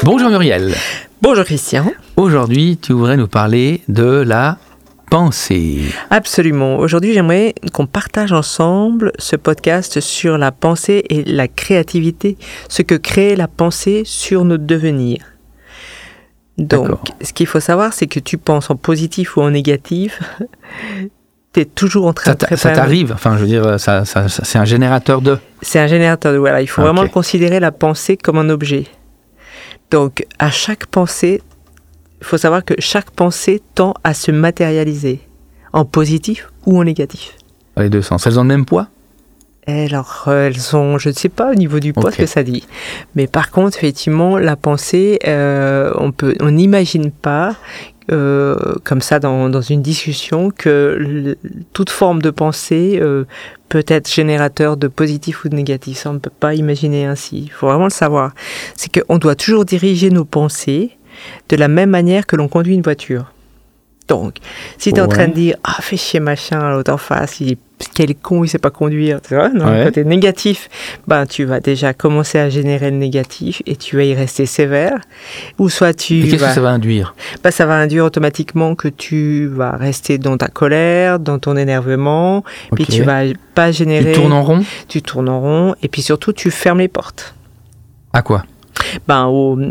Bonjour Muriel. Bonjour Christian. Aujourd'hui, tu voudrais nous parler de la pensée. Absolument. Aujourd'hui, j'aimerais qu'on partage ensemble ce podcast sur la pensée et la créativité, ce que crée la pensée sur notre devenir. Donc, D'accord. ce qu'il faut savoir, c'est que tu penses en positif ou en négatif, tu es toujours en train de préparer. Ça t'arrive, enfin je veux dire, ça, c'est un générateur de... C'est un générateur de... Voilà, il faut vraiment considérer la pensée comme un objet. Donc, à chaque pensée, il faut savoir que chaque pensée tend à se matérialiser, en positif ou en négatif. Dans les deux sens. Elles ont le même poids ? Alors, elles sont, je ne sais pas au niveau du poids ce que ça dit. Mais par contre, effectivement, la pensée, on n'imagine pas, comme ça dans une discussion, que toute forme de pensée peut être générateur de positif ou de négatif. Ça, on ne peut pas imaginer ainsi. Il faut vraiment le savoir. C'est qu'on doit toujours diriger nos pensées de la même manière que l'on conduit une voiture. Donc, si tu es en train de dire « Ah, fais chier machin, l'autre en face, quel con, il sait pas conduire », tu vois, dans le côté négatif, ben, tu vas déjà commencer à générer le négatif et tu vas y rester sévère. Ou soit tu Et qu'est-ce que ça va induire ? Ben, ça va induire automatiquement que tu vas rester dans ta colère, dans ton énervement, puis tu vas pas générer... Tu tournes en rond ? Tu tournes en rond, et puis surtout, tu fermes les portes. À quoi ? Ben,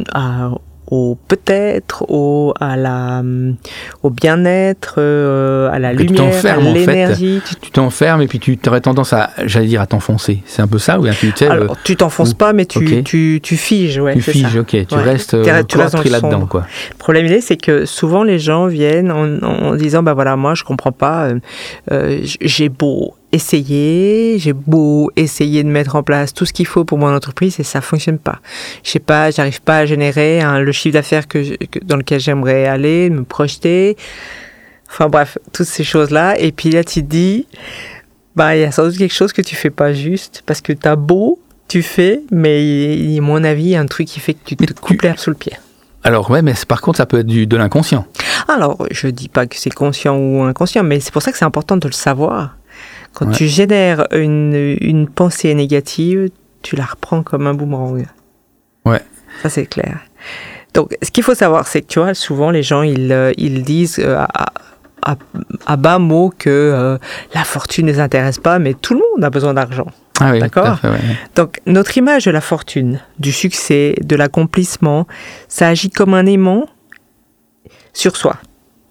peut-être, au bien-être, à la lumière, à l'énergie. En fait. Tu t'enfermes et puis tu aurais tendance à, j'allais dire, à t'enfoncer. C'est un peu ça ou bien Alors, tu t'enfonces pas, mais tu figes. Ouais, tu figes, ok. Tu restes pris là-dedans, quoi. Le problème, c'est que souvent, les gens viennent en disant, bah voilà, moi, je comprends pas, j'ai beau essayer de mettre en place tout ce qu'il faut pour mon entreprise et ça fonctionne pas. Je sais pas, j'arrive pas à générer le chiffre d'affaires dans lequel j'aimerais aller, me projeter. Enfin bref, toutes ces choses-là. Et puis là, tu te dis, bah il y a sans doute quelque chose que tu fais pas juste parce que tu fais, mais à mon avis, il y a un truc qui fait que tu te coupes l'herbe sous le pied. Alors ouais, mais par contre, ça peut être de l'inconscient. Alors, je dis pas que c'est conscient ou inconscient, mais c'est pour ça que c'est important de le savoir. Quand tu génères une pensée négative, tu la reprends comme un boomerang. Ouais. Ça, c'est clair. Donc, ce qu'il faut savoir, c'est que, tu vois, souvent, les gens, ils disent à bas mots que la fortune ne les intéresse pas, mais tout le monde a besoin d'argent. Ah oui, d'accord ? Tout à fait, ouais. Donc, notre image de la fortune, du succès, de l'accomplissement, ça agit comme un aimant sur soi. D'accord ?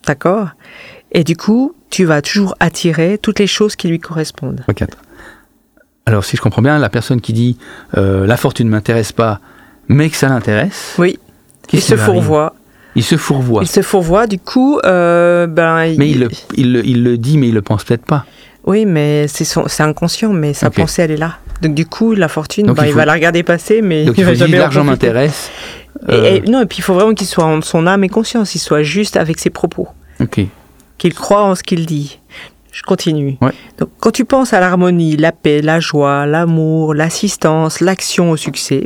Et du coup, tu vas toujours attirer toutes les choses qui lui correspondent. Ok. Alors, si je comprends bien, la personne qui dit la fortune ne m'intéresse pas, mais que ça l'intéresse. Oui. Il se fourvoie. Il se fourvoie. Du coup, Mais il le dit, mais il le pense peut-être pas. Oui, mais c'est inconscient, mais sa pensée, elle est là. Donc du coup, la fortune, il va la regarder passer, mais donc il va jamais l'argent m'intéresse. Non, et puis il faut vraiment qu'il soit en son âme et conscience, il soit juste avec ses propos. Ok. Qu'il croit en ce qu'il dit. Je continue. Ouais. Donc, quand tu penses à l'harmonie, la paix, la joie, l'amour, l'assistance, l'action au succès,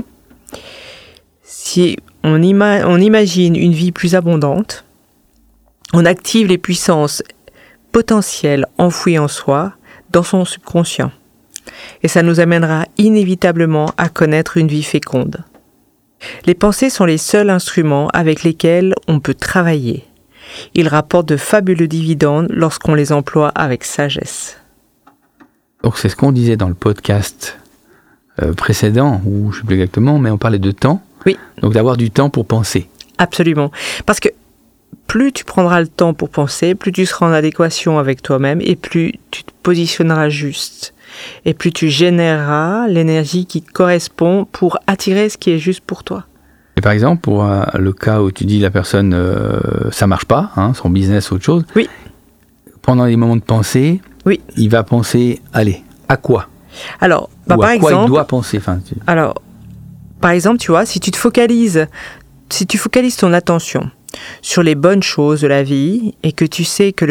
si on imagine une vie plus abondante, on active les puissances potentielles enfouies en soi, dans son subconscient. Et ça nous amènera inévitablement à connaître une vie féconde. Les pensées sont les seuls instruments avec lesquels on peut travailler. Ils rapportent de fabuleux dividendes lorsqu'on les emploie avec sagesse. Donc c'est ce qu'on disait dans le podcast précédent, ou je ne sais plus exactement, mais on parlait de temps. Oui. Donc d'avoir du temps pour penser. Absolument. Parce que plus tu prendras le temps pour penser, plus tu seras en adéquation avec toi-même et plus tu te positionneras juste. Et plus tu généreras l'énergie qui correspond pour attirer ce qui est juste pour toi. Et par exemple, pour le cas où tu dis la personne, ça marche pas, son business ou autre chose, oui. Pendant les moments de pensée, oui. Il va penser, allez, à quoi ? Alors, ou à quoi il doit penser. Alors, par exemple, tu vois, si tu focalises ton attention sur les bonnes choses de la vie et que tu sais que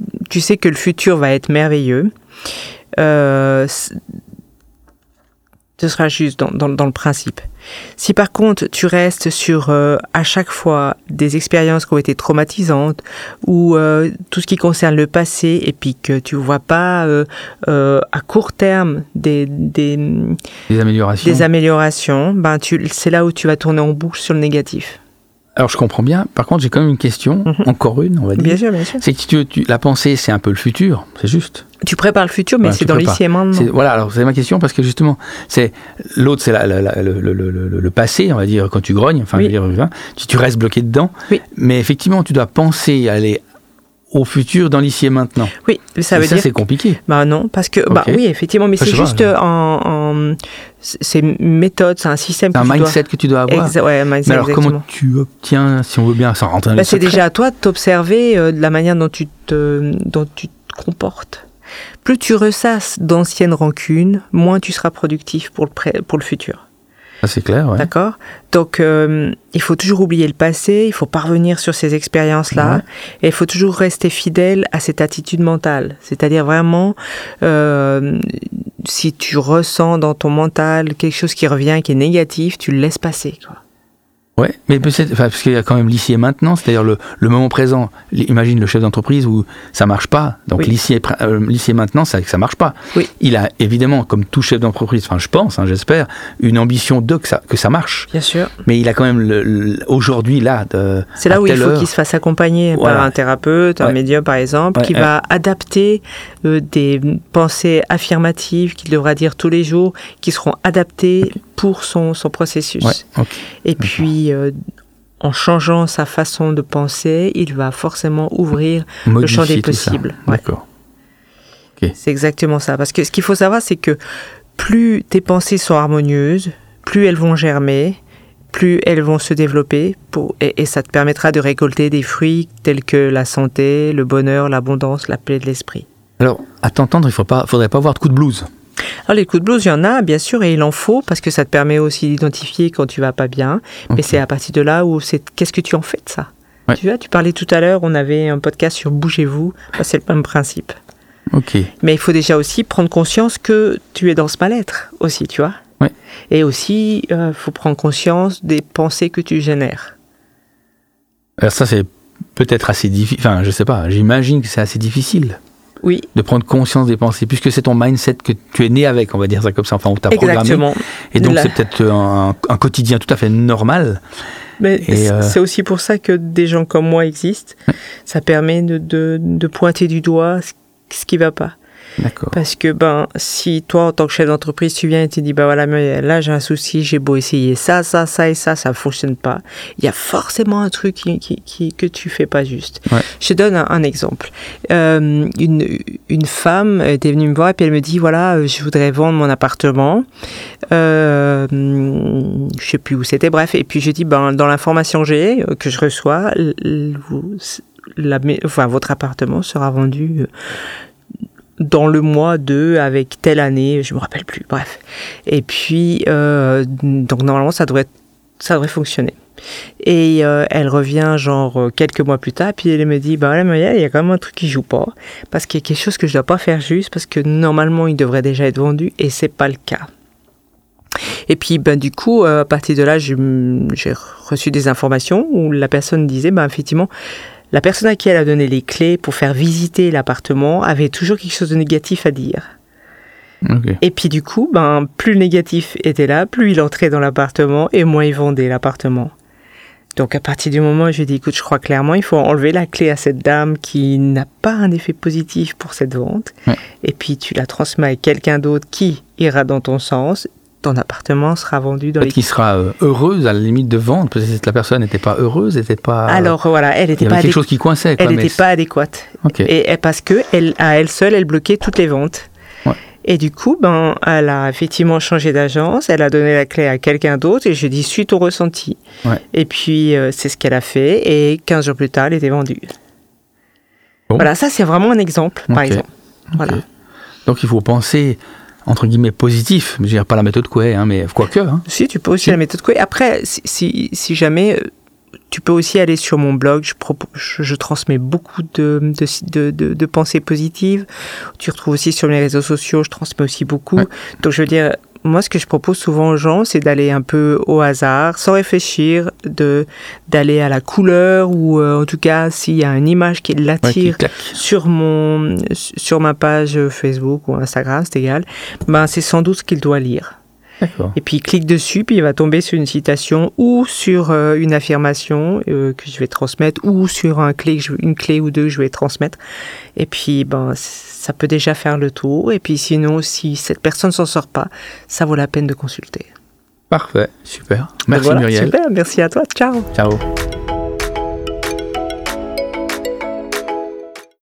le futur va être merveilleux, Ce sera juste dans le principe. Si par contre tu restes sur à chaque fois des expériences qui ont été traumatisantes ou tout ce qui concerne le passé et puis que tu vois pas à court terme des améliorations, ben c'est là où tu vas tourner en boucle sur le négatif. Alors je comprends bien. Par contre, j'ai quand même une question, encore une, on va dire. Bien sûr, bien sûr. C'est que la pensée, c'est un peu le futur, c'est juste. Tu prépares le futur, mais c'est dans l'ici et maintenant. Voilà, alors c'est ma question parce que justement, l'autre, c'est le passé, on va dire, quand tu grognes, enfin, je veux dire, tu restes bloqué dedans. Oui. Mais effectivement, tu dois penser à aller au futur dans l'ici et maintenant. Oui, ça veut dire. Ça, c'est compliqué. Bah non, parce que, oui, effectivement, mais c'est juste c'est une méthode, c'est un système. C'est un mindset que tu dois avoir. Ouais, un mindset. Mais alors, comment tu obtiens, si on veut bien, sans rentrer dans les c'est déjà à toi de t'observer de la manière dont tu te comportes. Plus tu ressasses d'anciennes rancunes, moins tu seras productif pour le futur. Ça, c'est clair, ouais. D'accord ? Donc, il faut toujours oublier le passé, il faut parvenir sur ces expériences-là, et il faut toujours rester fidèle à cette attitude mentale. C'est-à-dire vraiment, si tu ressens dans ton mental quelque chose qui revient, qui est négatif, tu le laisses passer, quoi. Ouais, mais peut-être, parce qu'il y a quand même l'ici et maintenant, c'est-à-dire le moment présent. Imagine le chef d'entreprise où ça marche pas. Donc l'ici et maintenant, ça marche pas. Oui. Il a évidemment, comme tout chef d'entreprise, enfin je pense, j'espère, une ambition que ça marche. Bien sûr. Mais il a quand même aujourd'hui là. C'est là où il faut qu'il se fasse accompagner par un thérapeute, un médium par exemple, qui va adapter des pensées affirmatives qu'il devra dire tous les jours, qui seront adaptées pour son processus. Et puis en changeant sa façon de penser, il va forcément ouvrir le champ des possibles. D'accord. C'est exactement ça. Parce que ce qu'il faut savoir, c'est que plus tes pensées sont harmonieuses, plus elles vont germer, plus elles vont se développer, et ça te permettra de récolter des fruits tels que la santé, le bonheur, l'abondance, la paix de l'esprit. Alors, à t'entendre, il ne faudrait pas avoir de coup de blues. Alors, les coups de blues, il y en a, bien sûr, et il en faut, parce que ça te permet aussi d'identifier quand tu vas pas bien. Mais c'est à partir de là où qu'est-ce que tu en fais de ça ? Tu vois, tu parlais tout à l'heure, on avait un podcast sur Bougez-vous. C'est le même principe. Mais il faut déjà aussi prendre conscience que tu es dans ce mal-être aussi, tu vois. Et aussi, il faut prendre conscience des pensées que tu génères. Alors ça, c'est peut-être assez difficile. Enfin, je sais pas, j'imagine que c'est assez difficile. Oui. De prendre conscience des pensées, puisque c'est ton mindset que tu es né avec, on va dire ça comme ça, enfin on t'a programmé. Exactement. Et donc c'est peut-être un quotidien tout à fait normal. Mais c'est aussi pour ça que des gens comme moi existent. Ça permet de pointer du doigt ce qui va pas. D'accord. Parce que si toi en tant que chef d'entreprise tu viens et tu dis voilà, mais là j'ai un souci, j'ai beau essayer ça et ça fonctionne pas, il y a forcément un truc que tu fais pas juste. Je te donne un exemple. Une femme était venue me voir et puis elle me dit voilà, je voudrais vendre mon appartement, je sais plus où c'était, bref, et puis je dis dans l'information que je reçois, votre appartement sera vendu dans le mois avec telle année, je me rappelle plus, bref. Et puis, donc normalement, ça devrait fonctionner. Et elle revient genre quelques mois plus tard, puis elle me dit, voilà, mais il y a quand même un truc qui joue pas, parce qu'il y a quelque chose que je dois pas faire juste, parce que normalement, il devrait déjà être vendu, et c'est pas le cas. Et puis, du coup, à partir de là, j'ai reçu des informations où la personne disait, effectivement, la personne à qui elle a donné les clés pour faire visiter l'appartement avait toujours quelque chose de négatif à dire. Et puis du coup, plus le négatif était là, plus il entrait dans l'appartement et moins il vendait l'appartement. Donc à partir du moment où je lui ai dit, écoute, je crois clairement, il faut enlever la clé à cette dame qui n'a pas un effet positif pour cette vente. Et puis tu la transmets à quelqu'un d'autre qui ira dans ton sens. Ton appartement sera vendu dans qui sera heureuse à la limite de vendre, parce que la personne n'était pas heureuse, n'était pas... Alors voilà, elle n'était pas... quelque chose qui coinçait. Elle n'était pas adéquate. Et parce que à elle seule, elle bloquait toutes les ventes. Et du coup, elle a effectivement changé d'agence, elle a donné la clé à quelqu'un d'autre, et je dis, suis ton ressenti. Et puis, c'est ce qu'elle a fait, et 15 jours plus tard, elle était vendue. Voilà, ça c'est vraiment un exemple, par exemple. Voilà. Donc il faut penser... entre guillemets positif, je dirais pas la méthode Coué, mais quoique. Si, tu peux aussi la méthode Coué. Après, si jamais, tu peux aussi aller sur mon blog, je transmets beaucoup de pensées positives. Tu retrouves aussi sur mes réseaux sociaux, je transmets aussi beaucoup. Donc je veux dire, moi, ce que je propose souvent aux gens, c'est d'aller un peu au hasard, sans réfléchir, d'aller à la couleur ou en tout cas, s'il y a une image qui l'attire sur ma page Facebook ou Instagram, c'est égal, c'est sans doute ce qu'il doit lire. D'accord. Et puis il clique dessus, puis il va tomber sur une citation ou sur une affirmation que je vais transmettre ou sur une clé ou deux que je vais transmettre. Et puis ça peut déjà faire le tour. Et puis sinon, si cette personne s'en sort pas, ça vaut la peine de consulter. Parfait, super. Merci Muriel. Super, merci à toi. Ciao. Ciao.